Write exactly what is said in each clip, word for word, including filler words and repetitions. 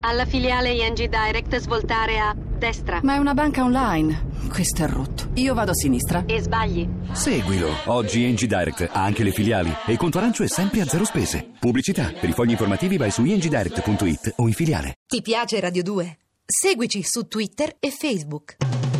Alla filiale I N G Direct svoltare a destra. Ma è una banca online. Questo è rotto. Io vado a sinistra. E sbagli. Seguilo. Oggi I N G Direct ha anche le filiali e il conto arancio è sempre a zero spese. Pubblicità. Per i fogli informativi vai su i n g direct punto i t o in filiale. Ti piace Radio due? Seguici su Twitter e Facebook.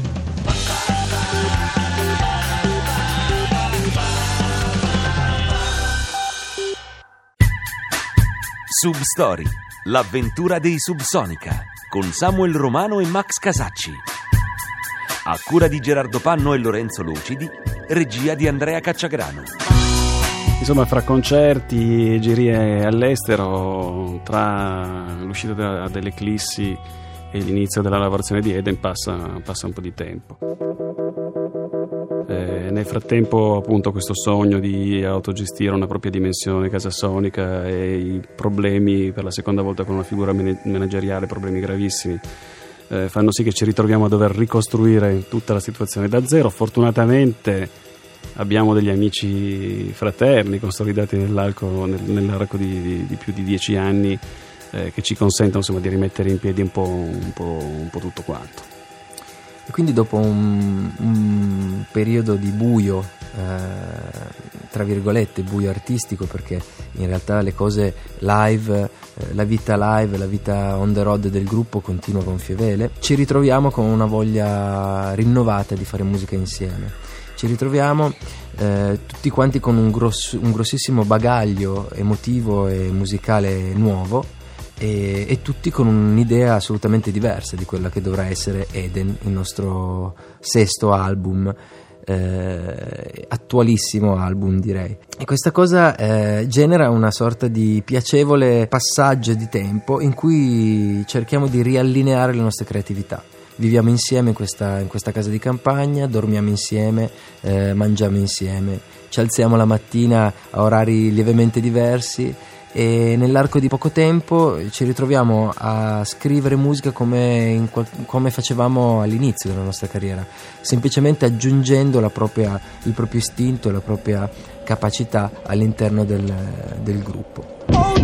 Substory. L'avventura dei Subsonica con Samuel Romano e Max Casacci. A cura di Gerardo Panno e Lorenzo Lucidi, regia di Andrea Cacciagrano. Insomma, fra concerti e girie all'estero, tra l'uscita dell'Eclissi e l'inizio della lavorazione di Eden passa, passa un po' di tempo. Eh, nel frattempo, appunto, questo sogno di autogestire una propria dimensione casasonica e i problemi per la seconda volta con una figura manageriale, problemi gravissimi, eh, fanno sì che ci ritroviamo a dover ricostruire tutta la situazione da zero. Fortunatamente abbiamo degli amici fraterni consolidati nell'arco, nel, nell'arco di, di, di più di dieci anni, eh, che ci consentono, insomma, di rimettere in piedi un po', un po', un po' tutto quanto. E quindi dopo un, un periodo di buio, eh, tra virgolette buio artistico, perché in realtà le cose live, eh, la vita live, la vita on the road del gruppo continua con Fievele, ci ritroviamo con una voglia rinnovata di fare musica insieme. Ci ritroviamo eh, tutti quanti con un, gross, un grossissimo bagaglio emotivo e musicale nuovo, E, e tutti con un'idea assolutamente diversa di quella che dovrà essere Eden, il nostro sesto album, eh, attualissimo album, direi. E questa cosa eh, genera una sorta di piacevole passaggio di tempo in cui cerchiamo di riallineare le nostre creatività. Viviamo insieme in questa, in questa casa di campagna, dormiamo insieme, eh, mangiamo insieme, ci alziamo la mattina a orari lievemente diversi, e nell'arco di poco tempo ci ritroviamo a scrivere musica come, in, come facevamo all'inizio della nostra carriera, semplicemente aggiungendo la propria, il proprio istinto e la propria capacità all'interno del, del gruppo.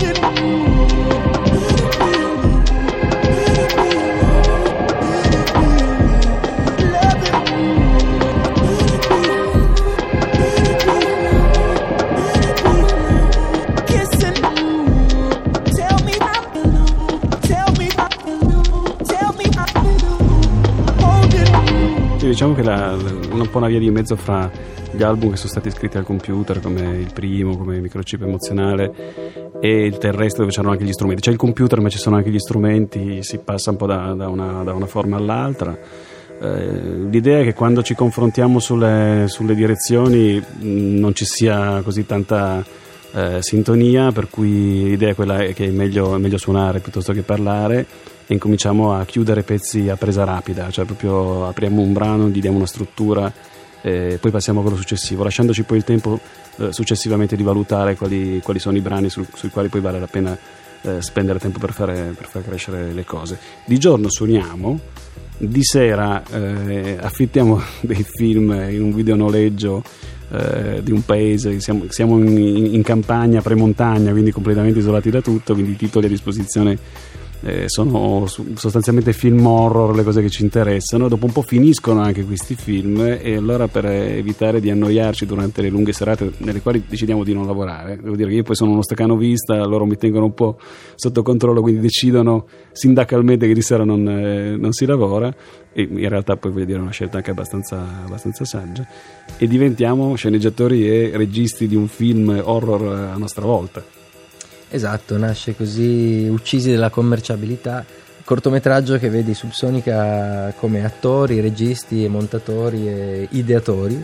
Diciamo che la, un po' una via di mezzo fra gli album che sono stati scritti al computer, come il primo, come Microchip Emozionale, e il resto dove c'erano anche gli strumenti. C'è il computer ma ci sono anche gli strumenti, si passa un po' da, da, una, da una forma all'altra. Eh, l'idea è che quando ci confrontiamo sulle, sulle direzioni non ci sia così tanta eh, sintonia, per cui l'idea è quella che è meglio, è meglio suonare piuttosto che parlare, e incominciamo a chiudere pezzi a presa rapida, cioè proprio apriamo un brano, gli diamo una struttura e poi passiamo a quello successivo, lasciandoci poi il tempo eh, successivamente di valutare quali, quali sono i brani su, sui quali poi vale la pena eh, spendere tempo per fare, per far crescere le cose. Di giorno suoniamo, di sera eh, affittiamo dei film in un videonoleggio eh, di un paese, siamo, siamo in, in campagna, premontagna, quindi completamente isolati da tutto, quindi i titoli a disposizione Eh, sono sostanzialmente film horror, le cose che ci interessano. Dopo un po' finiscono anche questi film, e allora, per evitare di annoiarci durante le lunghe serate nelle quali decidiamo di non lavorare, devo dire che io poi sono uno staccanovista, loro mi tengono un po' sotto controllo, quindi decidono sindacalmente che di sera non, eh, non si lavora, e in realtà poi voglio dire è una scelta anche abbastanza, abbastanza saggia, e diventiamo sceneggiatori e registi di un film horror a nostra volta. Esatto, nasce così Uccisi dalla commerciabilità, cortometraggio che vede i Subsonica come attori, registi e montatori e ideatori,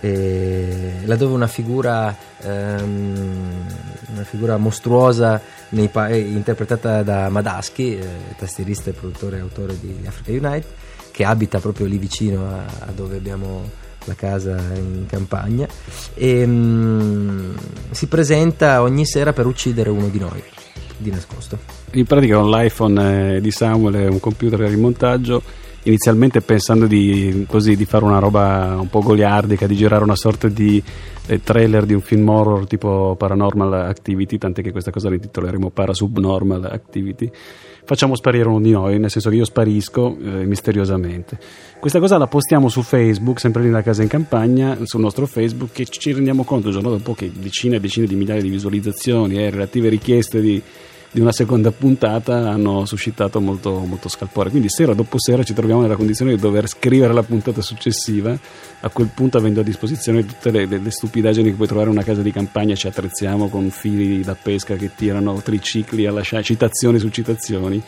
e laddove una figura ehm, una figura mostruosa nei pa- interpretata da Madaschi, eh, tastierista e produttore e autore di Africa Unite, che abita proprio lì vicino a, a dove abbiamo la casa in campagna, e um, si presenta ogni sera per uccidere uno di noi di nascosto. In pratica con l'iPhone eh, di Samuel e un computer per il montaggio, inizialmente pensando di, così, di fare una roba un po' goliardica, di girare una sorta di eh, trailer di un film horror tipo Paranormal Activity, tant'è che questa cosa la intitoleremo Parasubnormal Activity. facciamo sparire uno di noi, nel senso che io sparisco eh, misteriosamente. Questa cosa la postiamo su Facebook, sempre lì nella casa in campagna, sul nostro Facebook, che ci rendiamo conto il giorno dopo che decine e decine di migliaia di visualizzazioni e eh, relative richieste di, di una seconda puntata hanno suscitato molto, molto scalpore. Quindi sera dopo sera ci troviamo nella condizione di dover scrivere la puntata successiva, a quel punto avendo a disposizione tutte le, le, le stupidaggini che puoi trovare in una casa di campagna. Ci attrezziamo con fili da pesca che tirano tricicli alla scia, citazioni su citazioni,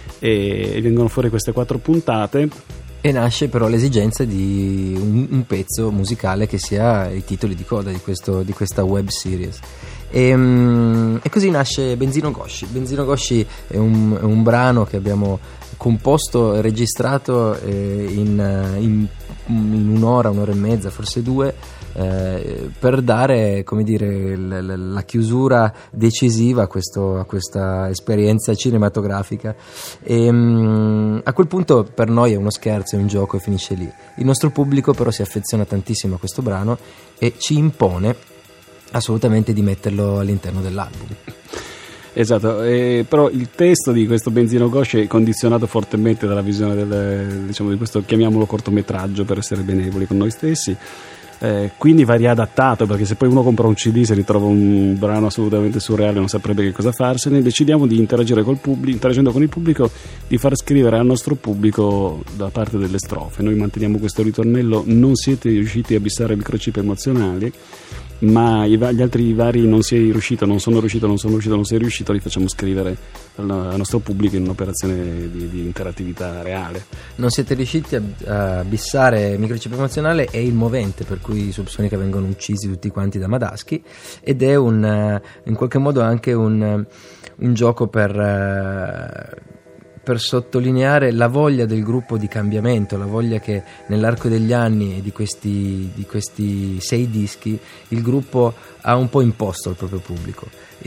e, e vengono fuori queste quattro puntate. E nasce però l'esigenza di un, un pezzo musicale che sia i titoli di coda di, questo, di questa web series. E, um, e così nasce Benzino Gosci. Benzino Gosci è un, è un brano che abbiamo composto e registrato eh, in, in, in un'ora, un'ora e mezza, forse due, eh, per dare, come dire, la, la, la chiusura decisiva a, questo, a questa esperienza cinematografica. E, um, a quel punto per noi è uno scherzo, è un gioco e finisce lì. Il nostro pubblico però si affeziona tantissimo a questo brano e ci impone assolutamente di metterlo all'interno dell'album. Esatto, eh, però il testo di questo Benzino Gosci è condizionato fortemente dalla visione del, diciamo, di questo, chiamiamolo cortometraggio per essere benevoli con noi stessi, eh, quindi va riadattato, perché se poi uno compra un C D, si ritrova un brano assolutamente surreale, non saprebbe che cosa farsene. Decidiamo di interagire col pubblico, interagendo con il pubblico, di far scrivere al nostro pubblico da parte delle strofe. Noi manteniamo questo ritornello: non siete riusciti a bissare microchip emozionali, ma gli altri vari non sei riuscito, non sono riuscito, non sono riuscito, non sei riuscito, li facciamo scrivere al, al nostro pubblico in un'operazione di, di interattività reale. Non siete riusciti a, a bissare microchip emozionale è il movente per cui i Subsonica vengono uccisi tutti quanti da Madaschi, ed è un, in qualche modo anche un, un gioco per... per sottolineare la voglia del gruppo di cambiamento, la voglia che nell'arco degli anni e di questi, di questi sei dischi il gruppo ha un po' imposto al proprio pubblico.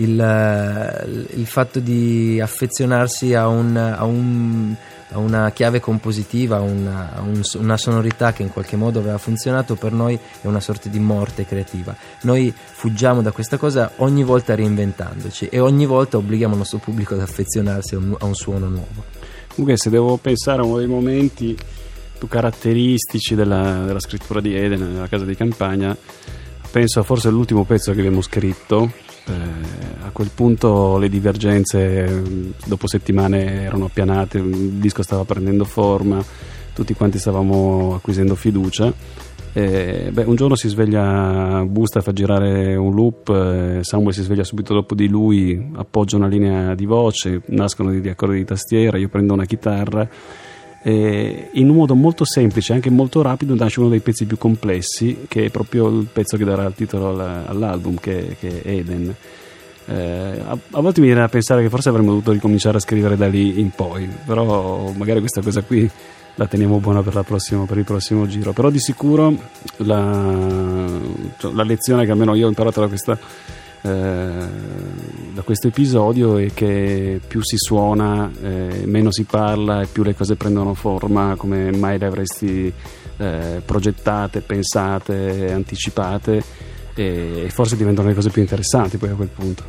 Il, il fatto di affezionarsi a, un, a, un, a una chiave compositiva, a una, a un, una sonorità che in qualche modo aveva funzionato, per noi è una sorta di morte creativa. Noi fuggiamo da questa cosa ogni volta reinventandoci e ogni volta obblighiamo il nostro pubblico ad affezionarsi a un, a un suono nuovo. Comunque, se devo pensare a uno dei momenti più caratteristici della, della scrittura di Eden nella casa di campagna, penso forse all'ultimo pezzo che abbiamo scritto. Eh, a quel punto le divergenze dopo settimane erano appianate, il disco stava prendendo forma, tutti quanti stavamo acquisendo fiducia. Eh, beh, un giorno si sveglia Busta, fa girare un loop, eh, Samuel si sveglia subito dopo di lui, appoggia una linea di voce, nascono degli accordi di tastiera, io prendo una chitarra e in un modo molto semplice, anche molto rapido, nasce uno dei pezzi più complessi, che è proprio il pezzo che darà il titolo all- all'album, che, che è Eden. Eh, a, a volte mi viene a pensare che forse avremmo dovuto ricominciare a scrivere da lì in poi, però magari questa cosa qui la teniamo buona per, la prossima, per il prossimo giro. Però di sicuro la, cioè, la lezione che almeno io ho imparato da questa eh, da questo episodio è che più si suona, eh, meno si parla e più le cose prendono forma come mai le avresti eh, progettate, pensate, anticipate, e forse diventano le cose più interessanti poi a quel punto.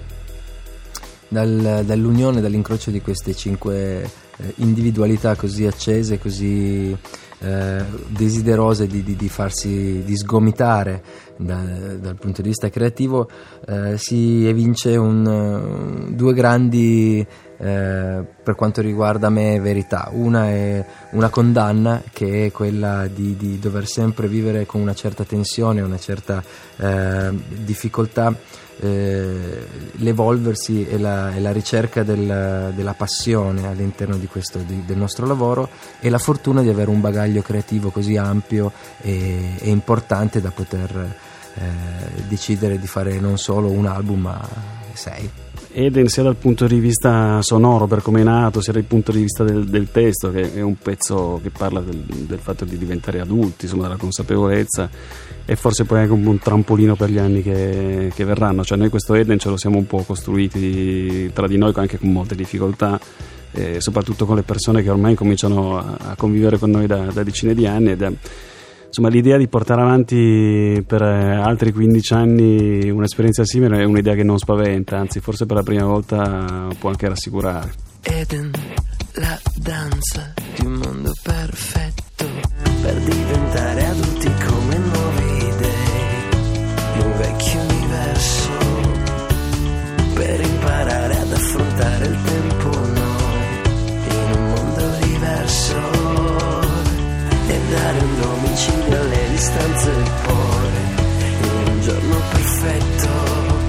Dal, dall'unione, dall'incrocio di queste cinque eh, individualità così accese, così eh, desiderose di, di, di farsi di sgomitare da, dal punto di vista creativo, eh, si evince un, due grandi, eh, per quanto riguarda me, verità. Una è una condanna, che è quella di, di dover sempre vivere con una certa tensione, una certa eh, difficoltà, eh, l'evolversi e la, e la ricerca del, della passione all'interno di questo, di, del nostro lavoro, e la fortuna di avere un bagaglio creativo così ampio e, e importante da poter eh, decidere di fare non solo un album ma sei. Eden, sia dal punto di vista sonoro, per come è nato, sia dal punto di vista del, del testo, che è un pezzo che parla del, del fatto di diventare adulti, insomma, della consapevolezza, e forse poi anche un, un trampolino per gli anni che, che verranno. Cioè, noi questo Eden ce lo siamo un po' costruiti tra di noi, anche con molte difficoltà, eh, soprattutto con le persone che ormai cominciano a, a convivere con noi da, da decine di anni, ed è, insomma, l'idea di portare avanti per altri quindici anni un'esperienza simile è un'idea che non spaventa, anzi forse per la prima volta può anche rassicurare. Eden, la danza di un mondo perfetto per diventare adulti come nuove idee di un vecchio universo, per imparare ad affrontare il tempo noi in un mondo diverso e dare un domicilio alle distanze e poi in un giorno perfetto.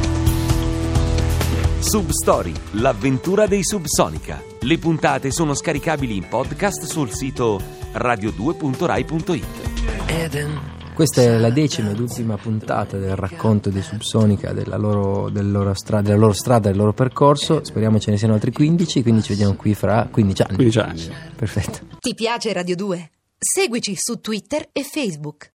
Substory, l'avventura dei Subsonica. Le puntate sono scaricabili in podcast sul sito radio due punto rai punto it. Eden. Questa è la decima ed ultima puntata del racconto dei Subsonica, della loro, del loro strada, della loro strada, del loro percorso. Speriamo ce ne siano altri quindici, quindi ci vediamo qui fra quindici anni. quindici anni. Perfetto. Ti piace Radio due? Seguici su Twitter e Facebook.